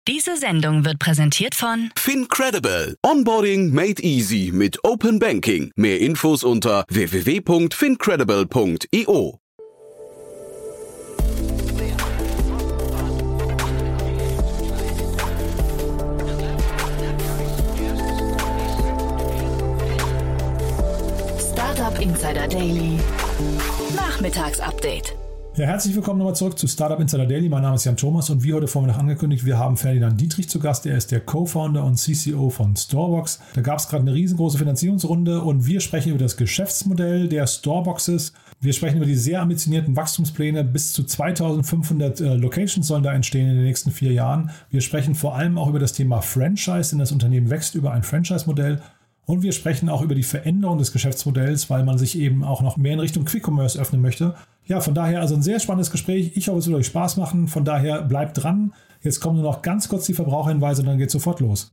Diese Sendung wird präsentiert von FinCredible. Onboarding made easy mit Open Banking. Mehr Infos unter www.fincredible.io. Startup Insider Daily. Nachmittagsupdate. Ja, herzlich willkommen nochmal zurück zu Startup Insider Daily. Mein Name ist Jan Thomas und wie heute Vormittag angekündigt, wir haben Ferdinand Dietrich zu Gast. Er ist der Co-Founder und CCO von Storebox. Da gab es gerade eine riesengroße Finanzierungsrunde und wir sprechen über das Geschäftsmodell der Storeboxes. Wir sprechen über die sehr ambitionierten Wachstumspläne. Bis zu 2500 Locations sollen da entstehen in den nächsten 4 Jahren. Wir sprechen vor allem auch über das Thema Franchise, denn das Unternehmen wächst über ein Franchise-Modell. Und wir sprechen auch über die Veränderung des Geschäftsmodells, weil man sich eben auch noch mehr in Richtung Quick-Commerce öffnen möchte. Ja, von daher also ein sehr spannendes Gespräch. Ich hoffe, es wird euch Spaß machen. Von daher bleibt dran. Jetzt kommen nur noch ganz kurz die Verbraucherhinweise und dann geht's sofort los.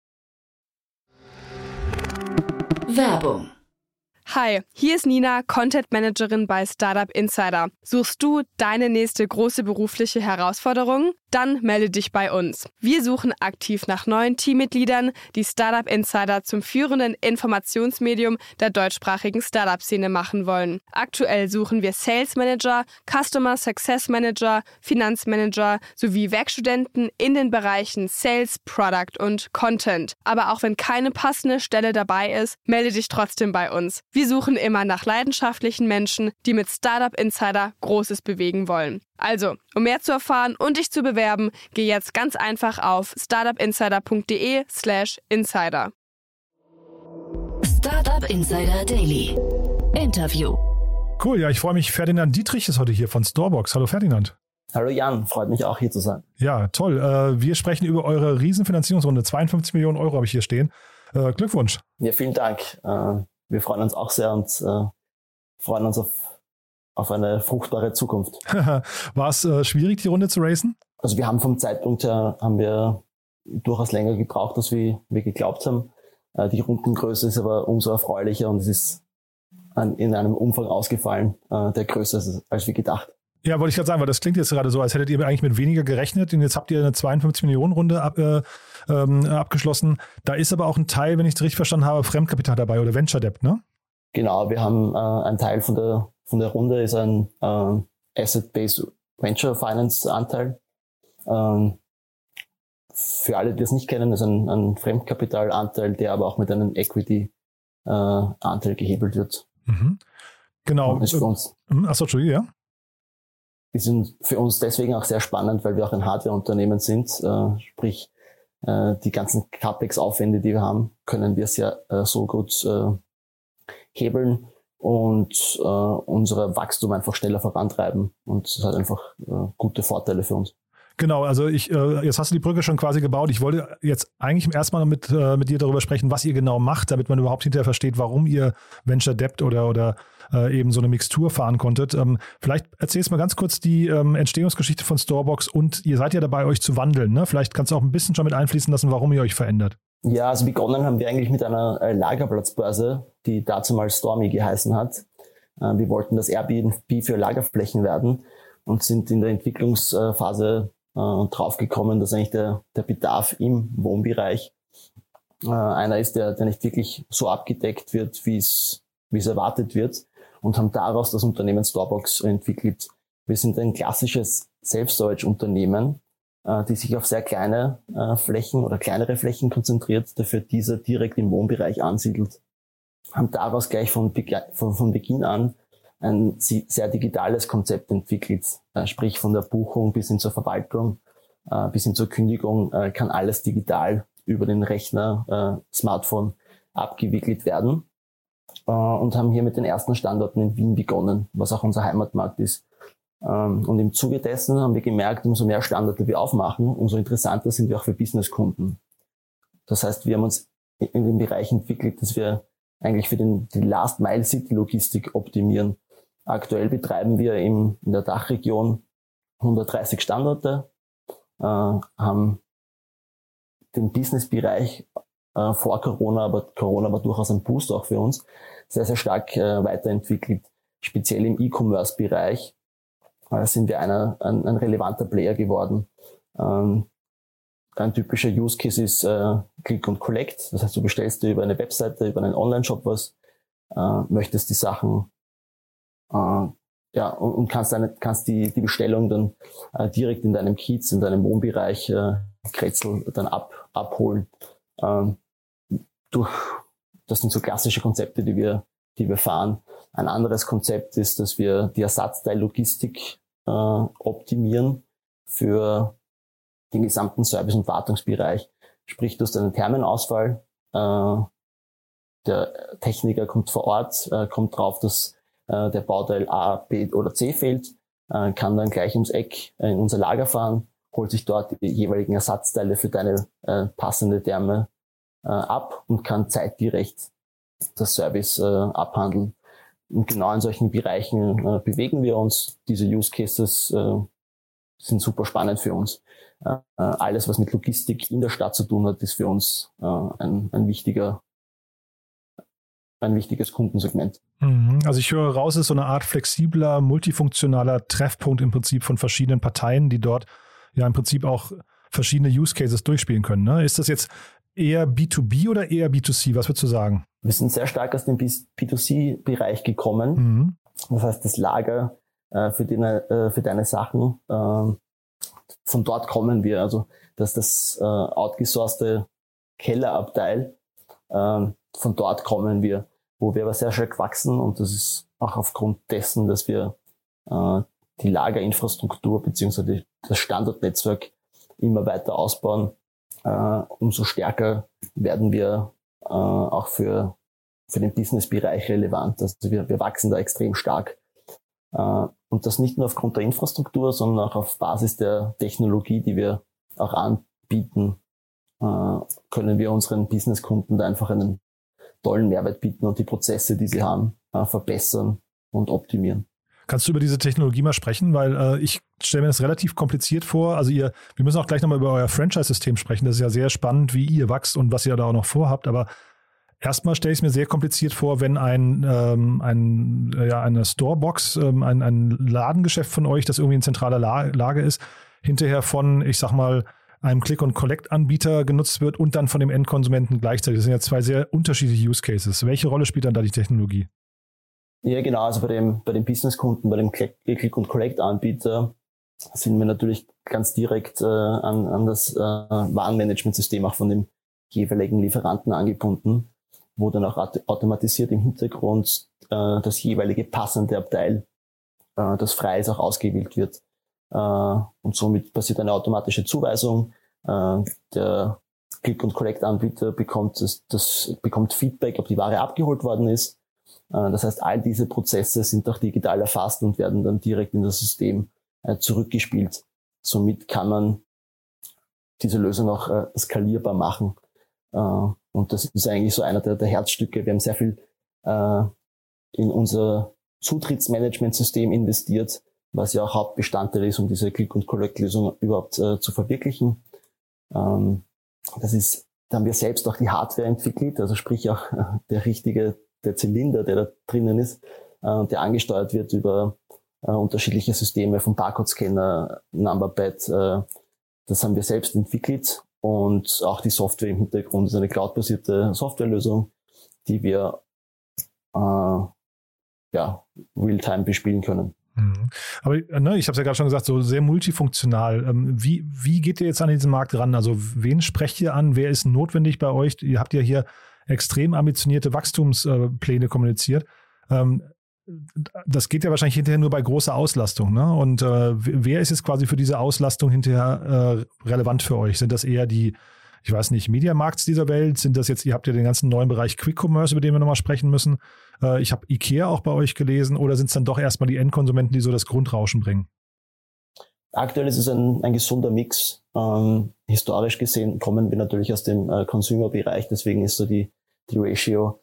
Werbung. Hi, hier ist Nina, Content Managerin bei Startup Insider. Suchst du deine nächste große berufliche Herausforderung? Dann melde dich bei uns. Wir suchen aktiv nach neuen Teammitgliedern, die Startup Insider zum führenden Informationsmedium der deutschsprachigen Startup-Szene machen wollen. Aktuell suchen wir Sales Manager, Customer Success Manager, Finanzmanager sowie Werkstudenten in den Bereichen Sales, Product und Content. Aber auch wenn keine passende Stelle dabei ist, melde dich trotzdem bei uns. Wir suchen immer nach leidenschaftlichen Menschen, die mit Startup Insider Großes bewegen wollen. Also, um mehr zu erfahren und dich zu bewerben, geh jetzt ganz einfach auf startupinsider.de/insider. Startup Insider Daily. Interview. Cool, ja, ich freue mich. Ferdinand Dietrich ist heute hier von Storebox. Hallo Ferdinand. Hallo Jan, freut mich auch hier zu sein. Ja, toll. Wir sprechen über eure Riesenfinanzierungsrunde. 52 Millionen Euro habe ich hier stehen. Glückwunsch. Ja, vielen Dank. Wir freuen uns auch sehr und freuen uns auf eine fruchtbare Zukunft. War es schwierig, die Runde zu racen? Also wir haben vom Zeitpunkt her haben wir durchaus länger gebraucht, als wir geglaubt haben. Die Rundengröße ist aber umso erfreulicher und es ist in einem Umfang ausgefallen, der größer ist, als wir gedacht. Ja, wollte ich gerade sagen, weil das klingt jetzt gerade so, als hättet ihr eigentlich mit weniger gerechnet und jetzt habt ihr eine 52 Millionen Runde abgeschlossen. Da ist aber auch ein Teil, wenn ich es richtig verstanden habe, Fremdkapital dabei oder Venture Debt, ne? Genau, wir haben ein Teil von der Runde ist ein Asset-Based Venture Finance Anteil. Für alle, die das nicht kennen, ist ein Fremdkapitalanteil, der aber auch mit einem Equity Anteil gehebelt wird. Mhm. Genau. Ist für uns, Achso, Entschuldigung, ja. Die sind für uns deswegen auch sehr spannend, weil wir auch ein Hardware-Unternehmen sind. Sprich, die ganzen CapEx-Aufwände, die wir haben, können wir sehr so gut hebeln und unser Wachstum einfach schneller vorantreiben. Und das hat einfach gute Vorteile für uns. Genau, also jetzt hast du die Brücke schon quasi gebaut. Ich wollte jetzt eigentlich erstmal mit dir darüber sprechen, was ihr genau macht, damit man überhaupt hinterher versteht, warum ihr Venture Debt oder eben so eine Mixtur fahren konntet. Vielleicht erzählst du mal ganz kurz die Entstehungsgeschichte von Storebox und ihr seid ja dabei, euch zu wandeln, ne? Vielleicht kannst du auch ein bisschen schon mit einfließen lassen, warum ihr euch verändert. Ja, also begonnen haben wir eigentlich mit einer Lagerplatzbörse, die dazumals Stormy geheißen hat. Wir wollten das Airbnb für Lagerflächen werden und sind in der Entwicklungsphase draufgekommen, dass eigentlich der Bedarf im Wohnbereich einer ist, der nicht wirklich so abgedeckt wird, wie es erwartet wird, und haben daraus das Unternehmen Storebox entwickelt. Wir sind ein klassisches Self-Storage-Unternehmen, die sich auf sehr kleine Flächen oder kleinere Flächen konzentriert, dafür diese direkt im Wohnbereich ansiedelt. Haben daraus gleich von Beginn an ein sehr digitales Konzept entwickelt, sprich von der Buchung bis hin zur Verwaltung, bis hin zur Kündigung kann alles digital über den Rechner, Smartphone abgewickelt werden, und haben hier mit den ersten Standorten in Wien begonnen, was auch unser Heimatmarkt ist. Und im Zuge dessen haben wir gemerkt, umso mehr Standorte wir aufmachen, umso interessanter sind wir auch für Businesskunden. Das heißt, wir haben uns in dem Bereich entwickelt, dass wir eigentlich für die Last-Mile-City-Logistik optimieren. Aktuell betreiben wir in der Dachregion 130 Standorte, haben den Businessbereich vor Corona, aber Corona war durchaus ein Boost auch für uns, sehr, sehr stark weiterentwickelt. Speziell im E-Commerce-Bereich sind wir ein relevanter Player geworden. ein typischer Use Case ist Click und Collect. Das heißt, du bestellst dir über eine Webseite, über einen Online-Shop was, möchtest die Sachen und kannst die Bestellung dann direkt in deinem Kiez, in deinem Wohnbereich Kretzel dann abholen. Das sind so klassische Konzepte, die wir fahren. Ein anderes Konzept ist, dass wir die Ersatzteillogistik optimieren für den gesamten Service- und Wartungsbereich. Sprich, du hast einen Thermenausfall, der Techniker kommt vor Ort, kommt drauf, dass der Bauteil A, B oder C fehlt, kann dann gleich ums Eck in unser Lager fahren, holt sich dort die jeweiligen Ersatzteile für deine passende Therme ab und kann zeitgerecht das Service abhandeln. Und genau in solchen Bereichen bewegen wir uns. Diese Use Cases sind super spannend für uns. Alles, was mit Logistik in der Stadt zu tun hat, ist für uns ein wichtiges Kundensegment. Also ich höre raus, es ist so eine Art flexibler, multifunktionaler Treffpunkt im Prinzip von verschiedenen Parteien, die dort ja im Prinzip auch verschiedene Use Cases durchspielen können. Ne? Ist das jetzt eher B2B oder eher B2C? Was würdest du sagen? Wir sind sehr stark aus dem B2C-Bereich gekommen. Das heißt, das Lager für deine Sachen, von dort kommen wir. Also das outgesourcete Kellerabteil, von dort kommen wir, wo wir aber sehr stark wachsen, und das ist auch aufgrund dessen, dass wir die Lagerinfrastruktur bzw. das Standortnetzwerk immer weiter ausbauen. Umso stärker werden wir auch für den Businessbereich relevant. Also wir wachsen da extrem stark. Und das nicht nur aufgrund der Infrastruktur, sondern auch auf Basis der Technologie, die wir auch anbieten, können wir unseren Businesskunden da einfach einen tollen Mehrwert bieten und die Prozesse, die sie haben, verbessern und optimieren. Kannst du über diese Technologie mal sprechen? Weil ich stelle mir das relativ kompliziert vor. Also wir müssen auch gleich nochmal über euer Franchise-System sprechen. Das ist ja sehr spannend, wie ihr wächst und was ihr da auch noch vorhabt. Aber erstmal stelle ich es mir sehr kompliziert vor, wenn eine Storebox, ein Ladengeschäft von euch, das irgendwie ein zentraler Lager ist, hinterher von, ich sag mal, einem Click-and-Collect-Anbieter genutzt wird und dann von dem Endkonsumenten gleichzeitig. Das sind ja zwei sehr unterschiedliche Use Cases. Welche Rolle spielt dann da die Technologie? Ja, genau. Also bei dem Businesskunden, bei dem Click-and-Collect-Anbieter sind wir natürlich ganz direkt an das Warenmanagementsystem auch von dem jeweiligen Lieferanten angebunden, wo dann auch automatisiert im Hintergrund das jeweilige passende Abteil, das frei ist, auch ausgewählt wird. Und somit passiert eine automatische Zuweisung. Der Click-and-Collect-Anbieter bekommt Feedback, ob die Ware abgeholt worden ist. Das heißt, all diese Prozesse sind auch digital erfasst und werden dann direkt in das System zurückgespielt. Somit kann man diese Lösung auch skalierbar machen. Und das ist eigentlich so einer der Herzstücke. Wir haben sehr viel in unser Zutrittsmanagementsystem investiert, was ja auch Hauptbestandteil ist, um diese Click-and-Collect-Lösung überhaupt zu verwirklichen. Da haben wir selbst auch die Hardware entwickelt, also sprich auch der Zylinder, der da drinnen ist, der angesteuert wird über unterschiedliche Systeme vom Barcode-Scanner, Numberpad. Das haben wir selbst entwickelt, und auch die Software im Hintergrund ist eine cloudbasierte Softwarelösung, die wir real-time bespielen können. Aber ich habe es ja gerade schon gesagt, so sehr multifunktional. Wie geht ihr jetzt an diesen Markt ran? Also wen sprecht ihr an? Wer ist notwendig bei euch? Ihr habt ja hier extrem ambitionierte Wachstumspläne kommuniziert. Das geht ja wahrscheinlich hinterher nur bei großer Auslastung. Ne? Und wer ist jetzt quasi für diese Auslastung hinterher relevant für euch? Sind das eher die, ich weiß nicht, Mediamarkts dieser Welt? Sind das jetzt, ihr habt ja den ganzen neuen Bereich Quick Commerce, über den wir nochmal sprechen müssen. Ich habe IKEA auch bei euch gelesen. Oder sind es dann doch erstmal die Endkonsumenten, die so das Grundrauschen bringen? Aktuell ist es ein gesunder Mix. Historisch gesehen kommen wir natürlich aus dem Consumer-Bereich. Deswegen ist so die Ratio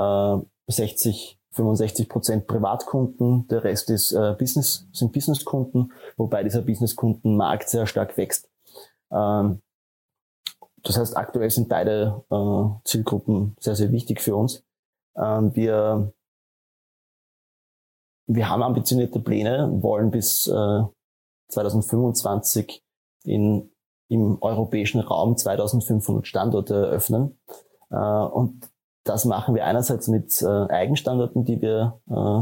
65% Privatkunden. Der Rest sind Businesskunden, wobei dieser Businesskundenmarkt sehr stark wächst. Das heißt, aktuell sind beide Zielgruppen sehr, sehr wichtig für uns. Wir haben ambitionierte Pläne, wollen bis 2025 in im europäischen Raum 2500 Standorte eröffnen. Und das machen wir einerseits mit Eigenstandorten, die wir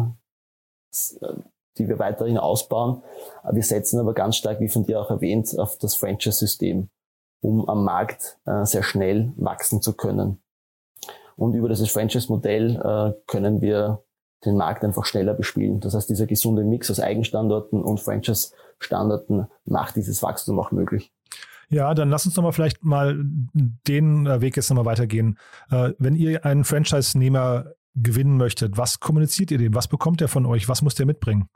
weiterhin ausbauen. Wir setzen aber ganz stark, wie von dir auch erwähnt, auf das Franchise-System, um am Markt sehr schnell wachsen zu können. Und über dieses Franchise-Modell können wir den Markt einfach schneller bespielen. Das heißt, dieser gesunde Mix aus Eigenstandorten und Franchise-Standorten macht dieses Wachstum auch möglich. Ja, dann lass uns doch mal vielleicht mal den Weg jetzt nochmal weitergehen. Wenn ihr einen Franchise-Nehmer gewinnen möchtet, was kommuniziert ihr dem? Was bekommt er von euch? Was muss der mitbringen?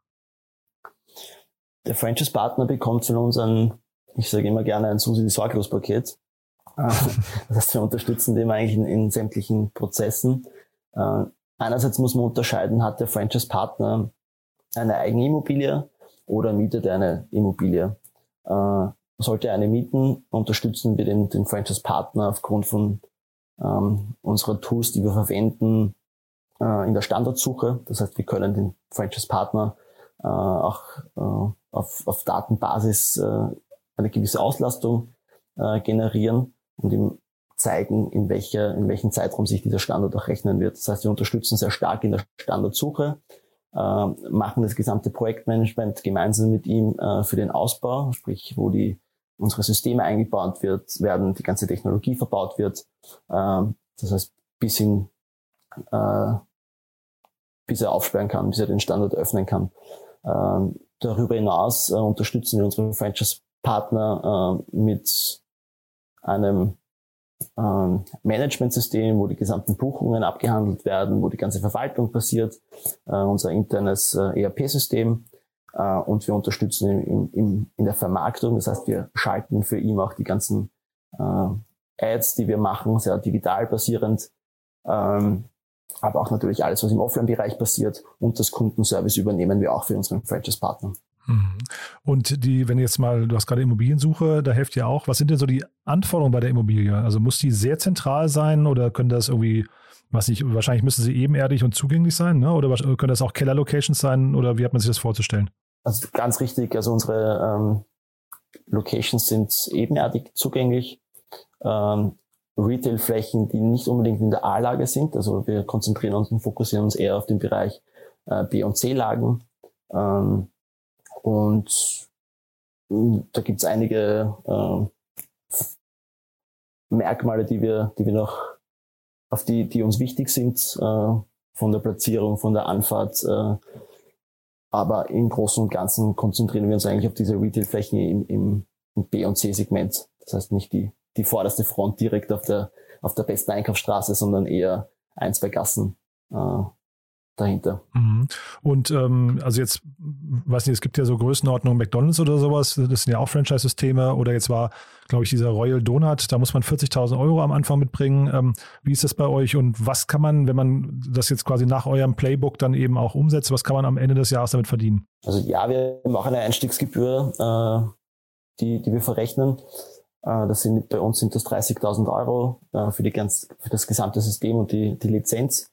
Der Franchise-Partner bekommt von uns ich sage immer gerne, ein Susi-Sorglos-Paket. Das heißt, wir unterstützen den eigentlich in sämtlichen Prozessen. Einerseits muss man unterscheiden, hat der Franchise-Partner eine eigene Immobilie oder mietet er eine Immobilie. Sollte er eine mieten, unterstützen wir den Franchise-Partner aufgrund von unserer Tools, die wir verwenden, in der Standortsuche. Das heißt, wir können den Franchise-Partner auch auf Datenbasis eine gewisse Auslastung generieren und ihm zeigen, in welchem Zeitraum sich dieser Standort auch rechnen wird. Das heißt, wir unterstützen sehr stark in der Standortsuche, machen das gesamte Projektmanagement gemeinsam mit ihm für den Ausbau, sprich, wo unsere Systeme eingebaut werden, die ganze Technologie verbaut wird. Das heißt, bis er aufsperren kann, bis er den Standort öffnen kann. Darüber hinaus unterstützen wir unsere Franchise-Partner mit einem Managementsystem, wo die gesamten Buchungen abgehandelt werden, wo die ganze Verwaltung passiert, unser internes ERP-System, und wir unterstützen ihn in der Vermarktung. Das heißt, wir schalten für ihn auch die ganzen Ads, die wir machen, sehr digital basierend, aber auch natürlich alles, was im Offline-Bereich passiert, und das Kundenservice übernehmen wir auch für unseren Franchise-Partner. Und wenn jetzt mal, du hast gerade Immobiliensuche, da helft ihr auch. Was sind denn so die Anforderungen bei der Immobilie? Also muss die sehr zentral sein oder können das irgendwie, wahrscheinlich müssen sie ebenerdig und zugänglich sein, ne? Oder können das auch Keller-Locations sein, oder wie hat man sich das vorzustellen? Also ganz richtig, also unsere Locations sind ebenerdig zugänglich. Retail-Flächen, die nicht unbedingt in der A-Lage sind, also wir konzentrieren uns und fokussieren uns eher auf den Bereich B- und C-Lagen. Und da gibt es einige Merkmale, die wir noch die uns wichtig sind, von der Platzierung, von der Anfahrt. Aber im Großen und Ganzen konzentrieren wir uns eigentlich auf diese Retail-Flächen im B- und C-Segment. Das heißt nicht die vorderste Front direkt auf der besten Einkaufsstraße, sondern eher 1-2 Gassen dahinter. Und also jetzt, weiß nicht, es gibt ja so Größenordnungen McDonald's oder sowas, das sind ja auch Franchise-Systeme, oder jetzt war, glaube ich, dieser Royal Donut, da muss man 40.000 Euro am Anfang mitbringen. Wie ist das bei euch und was kann man, wenn man das jetzt quasi nach eurem Playbook dann eben auch umsetzt, was kann man am Ende des Jahres damit verdienen? Also ja, wir haben auch eine Einstiegsgebühr, die wir verrechnen. Bei uns sind das 30.000 Euro für das gesamte System und die Lizenz.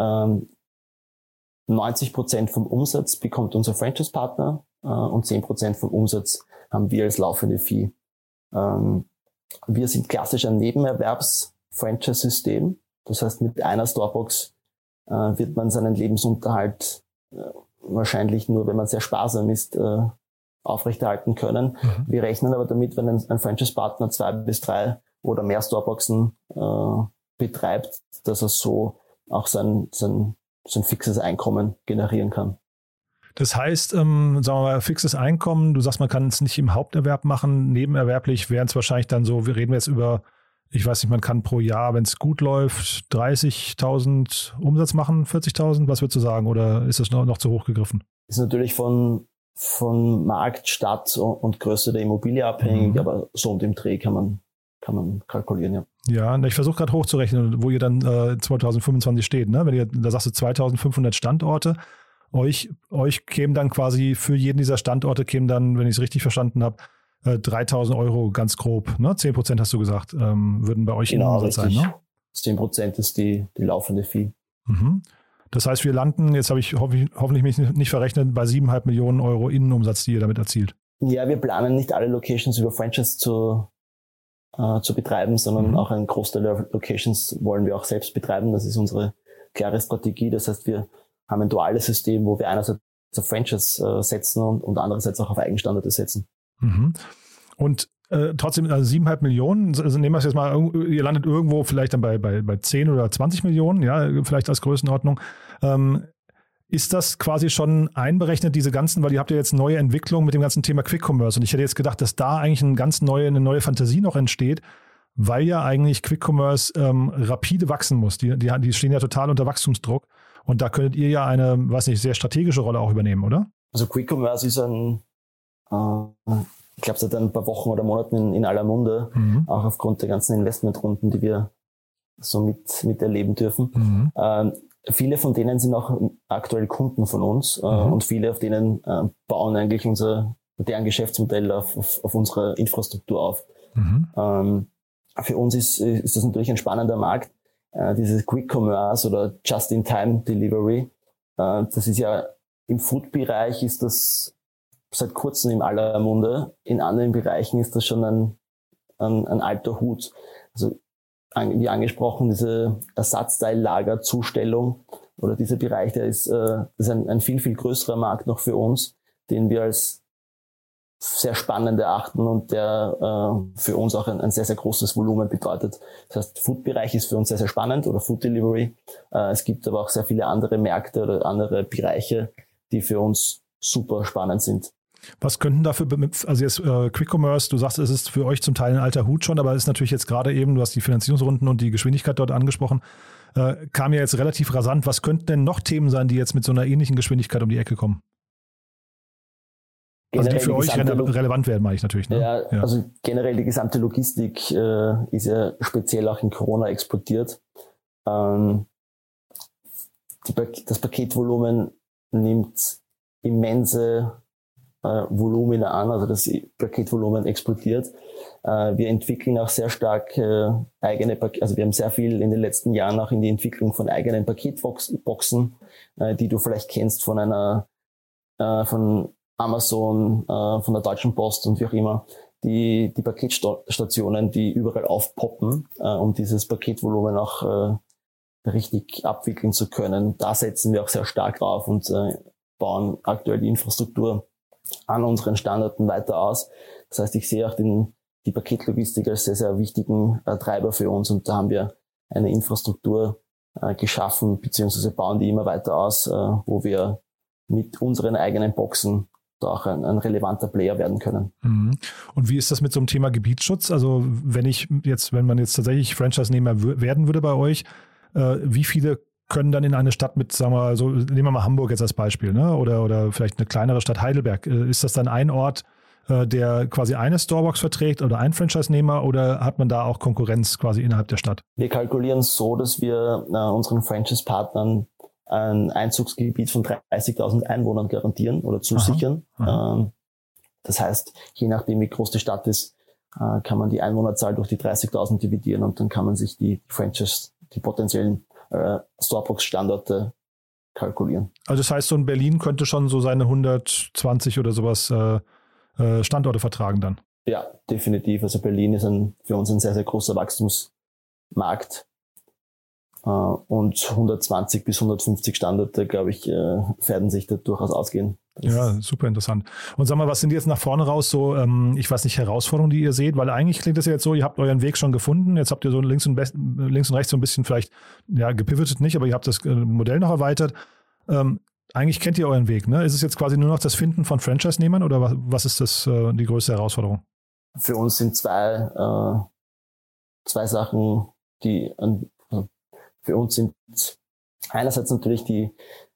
90% vom Umsatz bekommt unser Franchise-Partner und 10% vom Umsatz haben wir als laufende Fee. Wir sind klassisch ein Nebenerwerbs-Franchise-System. Das heißt, mit einer Storebox wird man seinen Lebensunterhalt wahrscheinlich nur, wenn man sehr sparsam ist, aufrechterhalten können. Wir rechnen aber damit, wenn ein Franchise-Partner 2 bis 3 oder mehr Storeboxen betreibt, dass er so auch sein fixes Einkommen generieren kann. Das heißt, sagen wir mal, fixes Einkommen, du sagst, man kann es nicht im Haupterwerb machen, nebenerwerblich wären es wahrscheinlich dann so, wir reden jetzt über, ich weiß nicht, man kann pro Jahr, wenn es gut läuft, 30.000 Umsatz machen, 40.000, was würdest du sagen, oder ist das noch zu hoch gegriffen? Ist natürlich von Markt, Stadt und Größe der Immobilie abhängig, aber so um den Dreh kann man kalkulieren, ja. Ja, ich versuche gerade hochzurechnen, wo ihr dann 2025 steht. Ne? Wenn ihr, da sagst du 2.500 Standorte, euch kämen dann quasi für jeden dieser Standorte wenn ich es richtig verstanden habe, 3.000 Euro ganz grob. Ne? 10% hast du gesagt, würden bei euch genau, Umsatz sein. Ne? 10% ist die laufende Fee. Das heißt, wir landen, jetzt habe ich hoffentlich mich nicht verrechnet, bei 7,5 Millionen Euro Innenumsatz, die ihr damit erzielt. Ja, wir planen nicht alle Locations über Franchise zu zu betreiben, sondern auch einen Großteil der Locations wollen wir auch selbst betreiben. Das ist unsere klare Strategie. Das heißt, wir haben ein duales System, wo wir einerseits auf Franchise setzen und andererseits auch auf Eigenstandorte setzen. Mhm. Und trotzdem, also 7,5 Millionen, also nehmen wir es jetzt mal, ihr landet irgendwo vielleicht dann bei 10 oder 20 Millionen, ja, vielleicht als Größenordnung. Ist das quasi schon einberechnet, diese ganzen, weil ihr habt ja jetzt neue Entwicklungen mit dem ganzen Thema Quick Commerce und ich hätte jetzt gedacht, dass da eigentlich eine neue Fantasie noch entsteht, weil ja eigentlich Quick Commerce rapide wachsen muss. Die stehen ja total unter Wachstumsdruck und da könntet ihr ja eine, weiß nicht, sehr strategische Rolle auch übernehmen, oder? Also Quick Commerce ist ich glaube, seit ein paar Wochen oder Monaten in aller Munde, auch aufgrund der ganzen Investmentrunden, die wir so miterleben dürfen. Viele von denen sind auch aktuell Kunden von uns und viele auf denen bauen eigentlich deren Geschäftsmodell auf unsere Infrastruktur auf. Für uns ist das natürlich ein spannender Markt. Dieses Quick Commerce oder Just-in-Time-Delivery, das ist ja im Food-Bereich ist das seit kurzem in aller Munde. In anderen Bereichen ist das schon ein alter Hut. Also wie angesprochen, diese Ersatzteillagerzustellung oder dieser Bereich, das ist ein viel, viel größerer Markt noch für uns, den wir als sehr spannend erachten und der für uns auch ein sehr, sehr großes Volumen bedeutet. Das heißt, Food-Bereich ist für uns sehr, sehr spannend oder Food Delivery. Es gibt aber auch sehr viele andere Märkte oder andere Bereiche, die für uns super spannend sind. Was könnten dafür, also jetzt Quick Commerce, du sagst, es ist für euch zum Teil ein alter Hut schon, aber es ist natürlich jetzt gerade eben, du hast die Finanzierungsrunden und die Geschwindigkeit dort angesprochen, kam ja jetzt relativ rasant. Was könnten denn noch Themen sein, die jetzt mit so einer ähnlichen Geschwindigkeit um die Ecke kommen? Also die für euch relevant werden, meine ich natürlich. Ne? Ja, also generell die gesamte Logistik ist ja speziell auch in Corona explodiert. Das Paketvolumen nimmt immense Volumina an, also das Paketvolumen explodiert. Wir entwickeln auch sehr stark eigene Pakete, also wir haben sehr viel in den letzten Jahren auch in die Entwicklung von eigenen Paketboxen, die du vielleicht kennst von von Amazon, von der Deutschen Post und wie auch immer, die Paketstationen, die überall aufpoppen, um dieses Paketvolumen auch richtig abwickeln zu können. Da setzen wir auch sehr stark drauf und bauen aktuell die Infrastruktur an unseren Standorten weiter aus. Das heißt, ich sehe auch die Paketlogistik als sehr, sehr wichtigen Treiber für uns und da haben wir eine Infrastruktur geschaffen, beziehungsweise bauen die immer weiter aus, wo wir mit unseren eigenen Boxen da auch ein relevanter Player werden können. Und wie ist das mit so einem Thema Gebietsschutz? Also wenn man jetzt tatsächlich Franchise-Nehmer werden würde bei euch, wie viele können dann in eine Stadt mit, sagen wir mal, so, nehmen wir mal Hamburg jetzt als Beispiel, ne? Oder vielleicht eine kleinere Stadt Heidelberg. Ist das dann ein Ort, der quasi eine Storebox verträgt oder ein Franchise-Nehmer oder hat man da auch Konkurrenz quasi innerhalb der Stadt? Wir kalkulieren so, dass wir unseren Franchise-Partnern ein Einzugsgebiet von 30.000 Einwohnern garantieren oder zusichern. Das heißt, je nachdem, wie groß die Stadt ist, kann man die Einwohnerzahl durch die 30.000 dividieren und dann kann man sich die Franchise, die potenziellen Storebox-Standorte kalkulieren. Also das heißt, so in Berlin könnte schon so seine 120 oder sowas Standorte vertragen dann? Ja, definitiv. Also Berlin ist für uns ein sehr, sehr großer Wachstumsmarkt. Und 120 bis 150 Standorte, glaube ich, werden sich da durchaus ausgehen. Ja, super interessant. Und sag mal, was sind jetzt nach vorne raus so, ich weiß nicht, Herausforderungen, die ihr seht? Weil eigentlich klingt das ja jetzt so, ihr habt euren Weg schon gefunden, jetzt habt ihr so links und rechts so ein bisschen vielleicht, ja, gepivotet nicht, aber ihr habt das Modell noch erweitert. Eigentlich kennt ihr euren Weg, ne? Ist es jetzt quasi nur noch das Finden von Franchise-Nehmern oder was ist das die größte Herausforderung? Für uns sind zwei Sachen, für uns sind einerseits natürlich die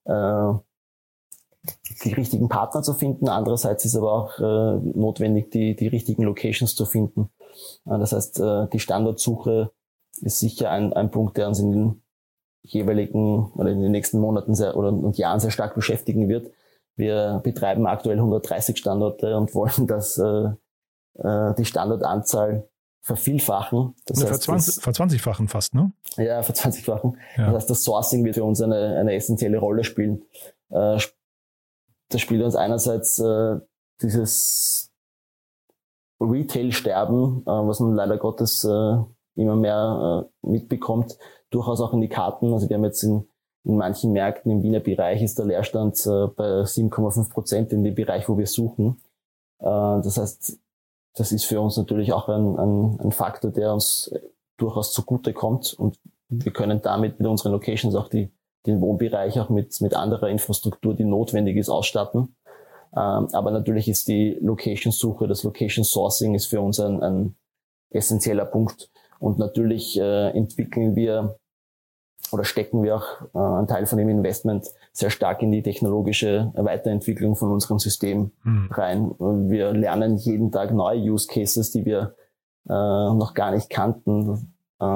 richtigen Partner zu finden, andererseits ist aber auch notwendig, die richtigen Locations zu finden. Das heißt, die Standortsuche ist sicher ein Punkt, der uns in den jeweiligen oder in den nächsten Monaten und Jahren sehr stark beschäftigen wird. Wir betreiben aktuell 130 Standorte und wollen, dass die Standortanzahl vervielfachen. Das heißt, verzwanzigfachen fast, ne? Ja, verzwanzigfachen. Ja. Das heißt, das Sourcing wird für uns eine essentielle Rolle spielen. Das spielt uns einerseits dieses Retail-Sterben, was man leider Gottes immer mehr mitbekommt, durchaus auch in die Karten. Also wir haben jetzt in manchen Märkten im Wiener Bereich ist der Leerstand bei 7,5% in dem Bereich, wo wir suchen. Das heißt, das ist für uns natürlich auch ein Faktor, der uns durchaus zugute kommt, und wir können damit mit unseren Locations auch den Wohnbereich auch mit anderer Infrastruktur, die notwendig ist, ausstatten. Aber natürlich ist die Location-Suche, das Location-Sourcing ist für uns ein essentieller Punkt. Und natürlich entwickeln wir oder stecken wir auch einen Teil von dem Investment sehr stark in die technologische Weiterentwicklung von unserem System rein. Wir lernen jeden Tag neue Use Cases, die wir noch gar nicht kannten.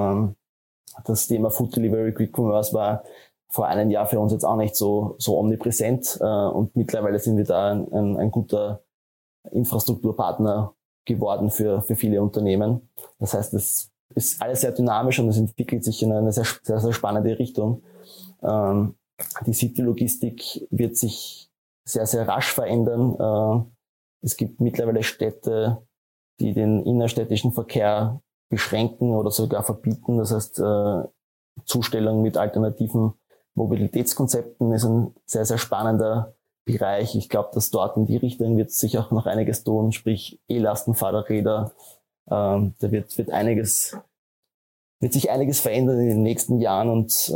Das Thema Food Delivery, Quick Commerce war vor einem Jahr für uns jetzt auch nicht so omnipräsent, und mittlerweile sind wir da ein guter Infrastrukturpartner geworden für viele Unternehmen. Das heißt, es ist alles sehr dynamisch und es entwickelt sich in eine sehr, sehr, sehr spannende Richtung. Die City-Logistik wird sich sehr, sehr rasch verändern. Es gibt mittlerweile Städte, die den innerstädtischen Verkehr beschränken oder sogar verbieten. Das heißt, Zustellung mit alternativen Mobilitätskonzepten ist ein sehr, sehr spannender Bereich. Ich glaube, dass dort in die Richtung wird sich auch noch einiges tun, sprich E-Lastenfahrräder. Da wird sich einiges verändern in den nächsten Jahren und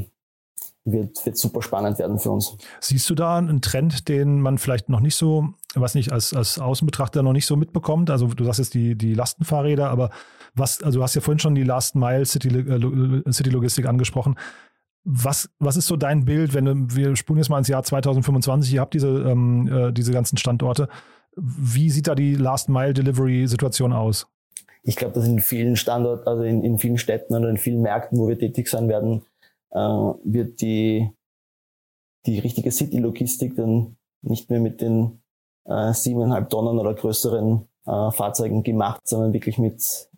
wird super spannend werden für uns. Siehst du da einen Trend, den man vielleicht noch nicht so, als Außenbetrachter noch nicht so mitbekommt? Also du sagst jetzt die Lastenfahrräder, aber also du hast ja vorhin schon die Last Mile City Logistik angesprochen. Was ist so dein Bild, wir spulen jetzt mal ins Jahr 2025, ihr habt diese ganzen Standorte. Wie sieht da die Last Mile Delivery Situation aus? Ich glaube, dass in vielen Standorten, also in vielen Städten oder in vielen Märkten, wo wir tätig sein werden, wird die richtige City-Logistik dann nicht mehr mit den 7,5 Tonnen oder größeren Fahrzeugen gemacht, sondern wirklich mit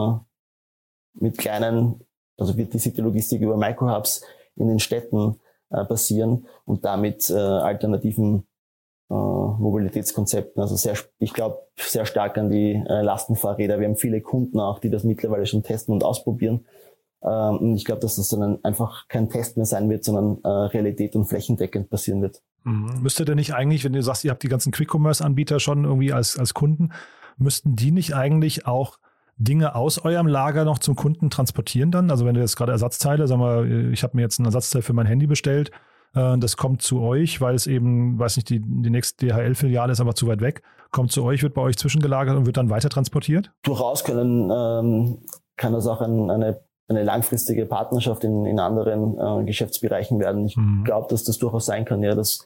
kleinen, also wird die City-Logistik über Microhubs in den Städten passieren und damit alternativen Mobilitätskonzepten. Also ich glaube sehr stark an die Lastenfahrräder. Wir haben viele Kunden auch, die das mittlerweile schon testen und ausprobieren. Und ich glaube, dass das dann einfach kein Test mehr sein wird, sondern Realität und flächendeckend passieren wird. Müsste denn nicht eigentlich, wenn du sagst, ihr habt die ganzen Quick-Commerce-Anbieter schon irgendwie als Kunden, müssten die nicht eigentlich auch Dinge aus eurem Lager noch zum Kunden transportieren dann? Also wenn du jetzt gerade Ersatzteile, sagen wir, ich habe mir jetzt ein Ersatzteil für mein Handy bestellt, das kommt zu euch, weil es eben, weiß nicht, die nächste DHL-Filiale ist aber zu weit weg, kommt zu euch, wird bei euch zwischengelagert und wird dann weiter transportiert? Durchaus kann das auch eine langfristige Partnerschaft in anderen Geschäftsbereichen werden. Ich glaube, dass das durchaus sein kann, ja, dass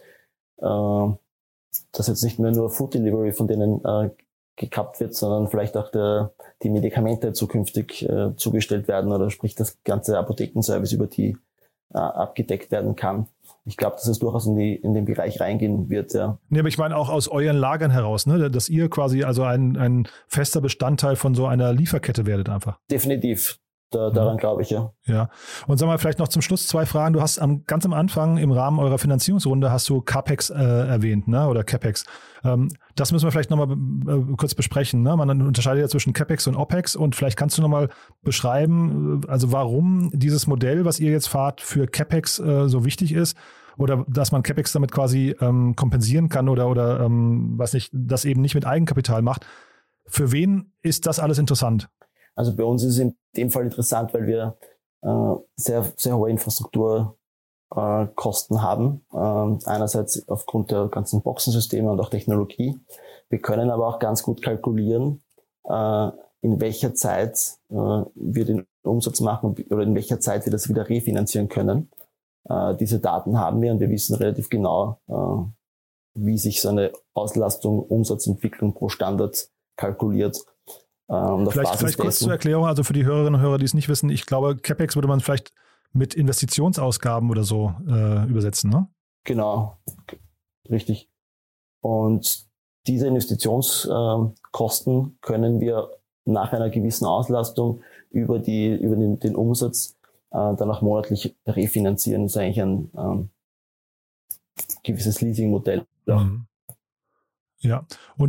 jetzt nicht mehr nur Food Delivery von denen gekappt wird, sondern vielleicht auch die Medikamente zukünftig zugestellt werden oder sprich das ganze Apothekenservice über die abgedeckt werden kann. Ich glaube, dass es durchaus in den Bereich reingehen wird, ja. Nee, aber ich meine auch aus euren Lagern heraus, ne? Dass ihr quasi also ein fester Bestandteil von so einer Lieferkette werdet einfach. Definitiv. Daran glaube ich, ja. Ja. Und sag mal, vielleicht noch zum Schluss 2 Fragen. Du hast ganz am Anfang im Rahmen eurer Finanzierungsrunde hast du CapEx erwähnt, ne? Oder CapEx. Das müssen wir vielleicht nochmal kurz besprechen. Ne? Man unterscheidet ja zwischen CapEx und OpEx und vielleicht kannst du nochmal beschreiben, also warum dieses Modell, was ihr jetzt fahrt, für CapEx so wichtig ist oder dass man CapEx damit quasi kompensieren kann oder weiß nicht, das eben nicht mit Eigenkapital macht. Für wen ist das alles interessant? Also bei uns ist es in dem Fall interessant, weil wir sehr, sehr hohe Infrastrukturkosten haben. Einerseits aufgrund der ganzen Boxensysteme und auch Technologie. Wir können aber auch ganz gut kalkulieren, in welcher Zeit wir den Umsatz machen oder in welcher Zeit wir das wieder refinanzieren können. Diese Daten haben wir und wir wissen relativ genau, wie sich so eine Auslastung, Umsatzentwicklung pro Standard kalkuliert. Vielleicht kurz zur Erklärung, also für die Hörerinnen und Hörer, die es nicht wissen, ich glaube, CapEx würde man vielleicht mit Investitionsausgaben oder so übersetzen, ne? Genau, richtig. Und diese Investitionskosten können wir nach einer gewissen Auslastung über den Umsatz dann auch monatlich refinanzieren. Das ist eigentlich ein gewisses Leasing-Modell. Ja, und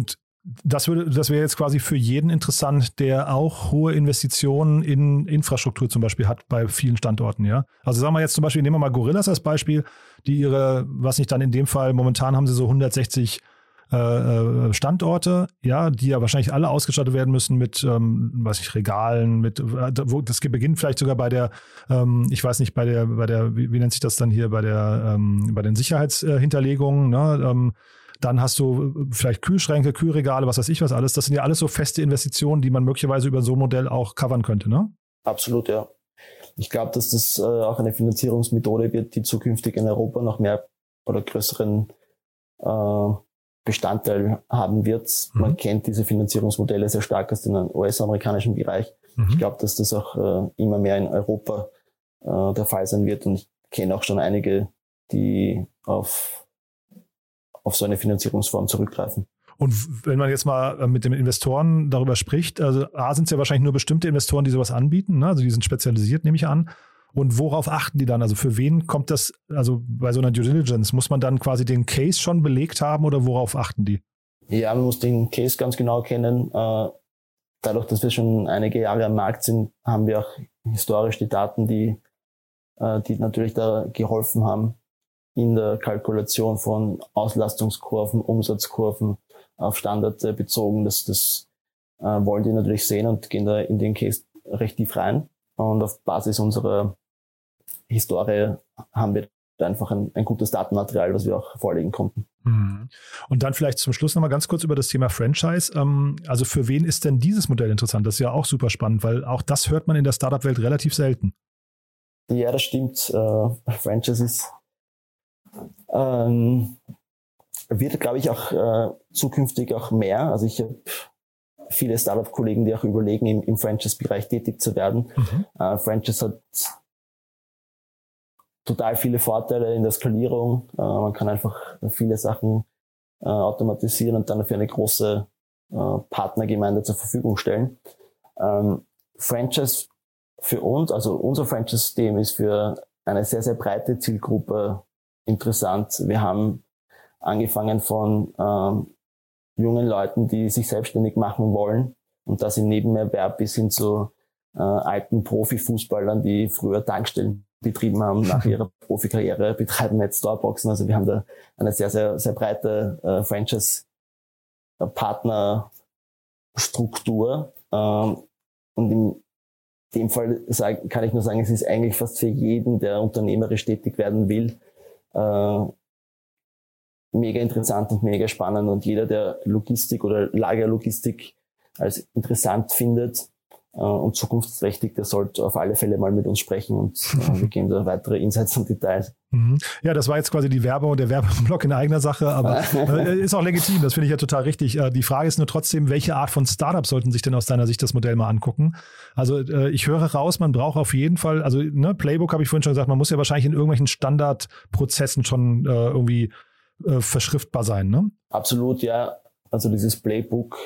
das wäre jetzt quasi für jeden interessant, der auch hohe Investitionen in Infrastruktur zum Beispiel hat bei vielen Standorten, ja. Also sagen wir jetzt zum Beispiel, nehmen wir mal Gorillas als Beispiel, die dann in dem Fall, momentan haben sie so 160 Standorte, ja, die ja wahrscheinlich alle ausgestattet werden müssen mit, Regalen, das beginnt vielleicht sogar bei der, wie nennt sich das dann hier, bei den Sicherheitshinterlegungen, ne? Dann hast du vielleicht Kühlschränke, Kühlregale, was weiß ich was alles. Das sind ja alles so feste Investitionen, die man möglicherweise über so ein Modell auch covern könnte, ne? Absolut, ja. Ich glaube, dass das auch eine Finanzierungsmethode wird, die zukünftig in Europa noch mehr oder größeren Bestandteil haben wird. Man kennt diese Finanzierungsmodelle sehr stark aus dem US-amerikanischen Bereich. Ich glaube, dass das auch immer mehr in Europa der Fall sein wird. Und ich kenne auch schon einige, die auf so eine Finanzierungsform zurückgreifen. Und wenn man jetzt mal mit den Investoren darüber spricht, also sind es ja wahrscheinlich nur bestimmte Investoren, die sowas anbieten, ne? Also die sind spezialisiert, nehme ich an. Und worauf achten die dann? Also für wen kommt das, also bei so einer Due Diligence, muss man dann quasi den Case schon belegt haben oder worauf achten die? Ja, man muss den Case ganz genau kennen. Dadurch, dass wir schon einige Jahre am Markt sind, haben wir auch historisch die Daten, die natürlich da geholfen haben in der Kalkulation von Auslastungskurven, Umsatzkurven auf Standard bezogen. Das wollen die natürlich sehen und gehen da in den Case recht tief rein. Und auf Basis unserer Historie haben wir einfach ein gutes Datenmaterial, was wir auch vorlegen konnten. Und dann vielleicht zum Schluss nochmal ganz kurz über das Thema Franchise. Also für wen ist denn dieses Modell interessant? Das ist ja auch super spannend, weil auch das hört man in der Startup-Welt relativ selten. Ja, das stimmt. Franchises wird, glaube ich, auch zukünftig auch mehr. Also ich habe viele Startup-Kollegen, die auch überlegen, im Franchise-Bereich tätig zu werden. Franchise hat total viele Vorteile in der Skalierung. Man kann einfach viele Sachen automatisieren und dann für eine große Partnergemeinde zur Verfügung stellen. Franchise für uns, also unser Franchise-System ist für eine sehr, sehr breite Zielgruppe interessant. Wir haben angefangen von jungen Leuten, die sich selbstständig machen wollen und das im Nebenerwerb bis hin zu alten Profifußballern, die früher Tankstellen betrieben haben, nach ihrer Profikarriere betreiben jetzt Starbucks. Also wir haben da eine sehr, sehr, sehr breite Franchise-Partnerstruktur. Und in dem Fall kann ich nur sagen, es ist eigentlich fast für jeden, der unternehmerisch tätig werden will, mega interessant und mega spannend. Und jeder, der Logistik oder Lagerlogistik als interessant findet und zukunftsträchtig, der sollte auf alle Fälle mal mit uns sprechen und wir geben da weitere Insights und Details. Ja, das war jetzt quasi der Werbeblock in eigener Sache, aber ist auch legitim, das finde ich ja total richtig. Die Frage ist nur trotzdem, welche Art von Startup sollten sich denn aus deiner Sicht das Modell mal angucken? Also ich höre raus, man braucht auf jeden Fall, also Playbook habe ich vorhin schon gesagt, man muss ja wahrscheinlich in irgendwelchen Standardprozessen schon irgendwie verschriftbar sein, ne? Absolut, ja. Also dieses Playbook,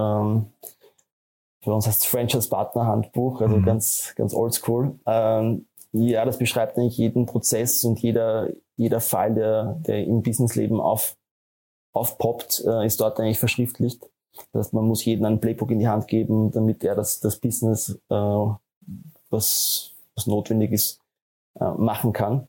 für uns heißt es Franchise-Partner-Handbuch, also ganz, ganz oldschool. Ja, das beschreibt eigentlich jeden Prozess und jeder Fall, der im Businessleben aufpoppt, ist dort eigentlich verschriftlicht. Das heißt, man muss jedem ein Playbook in die Hand geben, damit er das Business, was notwendig ist, machen kann.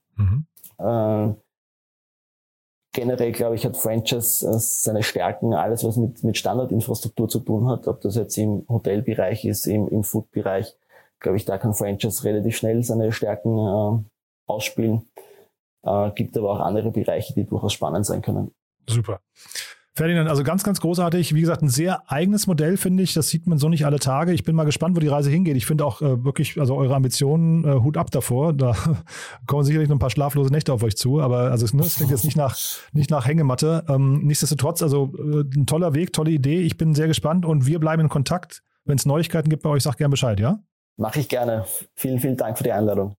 Generell, glaube ich, hat Franchise seine Stärken, alles was mit Standardinfrastruktur zu tun hat, ob das jetzt im Hotelbereich ist, im Food-Bereich, glaube ich, da kann Franchise relativ schnell seine Stärken ausspielen. Gibt aber auch andere Bereiche, die durchaus spannend sein können. Super. Ferdinand, also ganz, ganz großartig. Wie gesagt, ein sehr eigenes Modell, finde ich. Das sieht man so nicht alle Tage. Ich bin mal gespannt, wo die Reise hingeht. Ich finde auch wirklich, also eure Ambitionen, Hut ab davor. Da kommen sicherlich noch ein paar schlaflose Nächte auf euch zu. Aber also es klingt jetzt nicht nach Hängematte. Nichtsdestotrotz, also ein toller Weg, tolle Idee. Ich bin sehr gespannt und wir bleiben in Kontakt. Wenn es Neuigkeiten gibt bei euch, sag gerne Bescheid, ja? Mache ich gerne. Vielen, vielen Dank für die Einladung.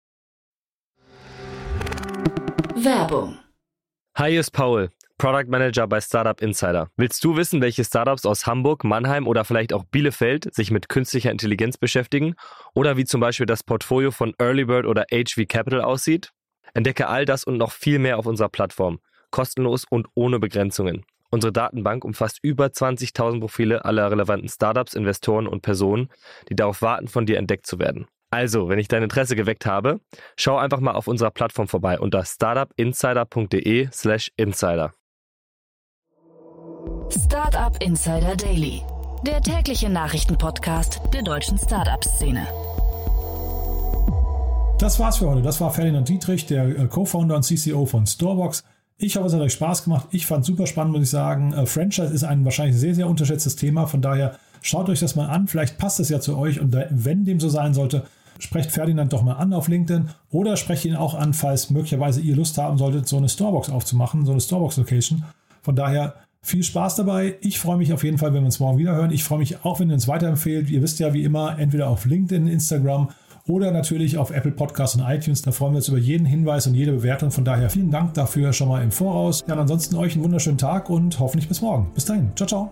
Werbung. Hi, hier ist Paul, Product Manager bei Startup Insider. Willst du wissen, welche Startups aus Hamburg, Mannheim oder vielleicht auch Bielefeld sich mit künstlicher Intelligenz beschäftigen? Oder wie zum Beispiel das Portfolio von Earlybird oder HV Capital aussieht? Entdecke all das und noch viel mehr auf unserer Plattform. Kostenlos und ohne Begrenzungen. Unsere Datenbank umfasst über 20.000 Profile aller relevanten Startups, Investoren und Personen, die darauf warten, von dir entdeckt zu werden. Also, wenn ich dein Interesse geweckt habe, schau einfach mal auf unserer Plattform vorbei unter startupinsider.de/insider. Startup Insider Daily, der tägliche Nachrichtenpodcast der deutschen Startup-Szene. Das war's für heute. Das war Ferdinand Dietrich, der Co-Founder und CCO von Storebox. Ich hoffe, es hat euch Spaß gemacht. Ich fand es super spannend, muss ich sagen. Franchise ist ein wahrscheinlich sehr, sehr unterschätztes Thema. Von daher schaut euch das mal an. Vielleicht passt es ja zu euch. Und wenn dem so sein sollte, sprecht Ferdinand doch mal an auf LinkedIn. Oder sprecht ihn auch an, falls möglicherweise ihr Lust haben solltet, so eine Storebox aufzumachen, so eine Storebox-Location. Von daher viel Spaß dabei. Ich freue mich auf jeden Fall, wenn wir uns morgen wieder hören. Ich freue mich auch, wenn ihr uns weiterempfehlt. Ihr wisst ja, wie immer, entweder auf LinkedIn, Instagram oder natürlich auf Apple Podcasts und iTunes. Da freuen wir uns über jeden Hinweis und jede Bewertung. Von daher vielen Dank dafür schon mal im Voraus. Ja, und ansonsten euch einen wunderschönen Tag und hoffentlich bis morgen. Bis dahin. Ciao, ciao.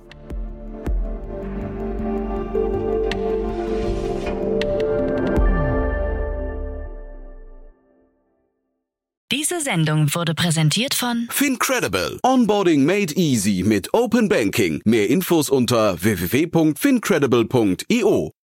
Diese Sendung wurde präsentiert von Fincredible. Onboarding made easy mit Open Banking. Mehr Infos unter www.fincredible.io.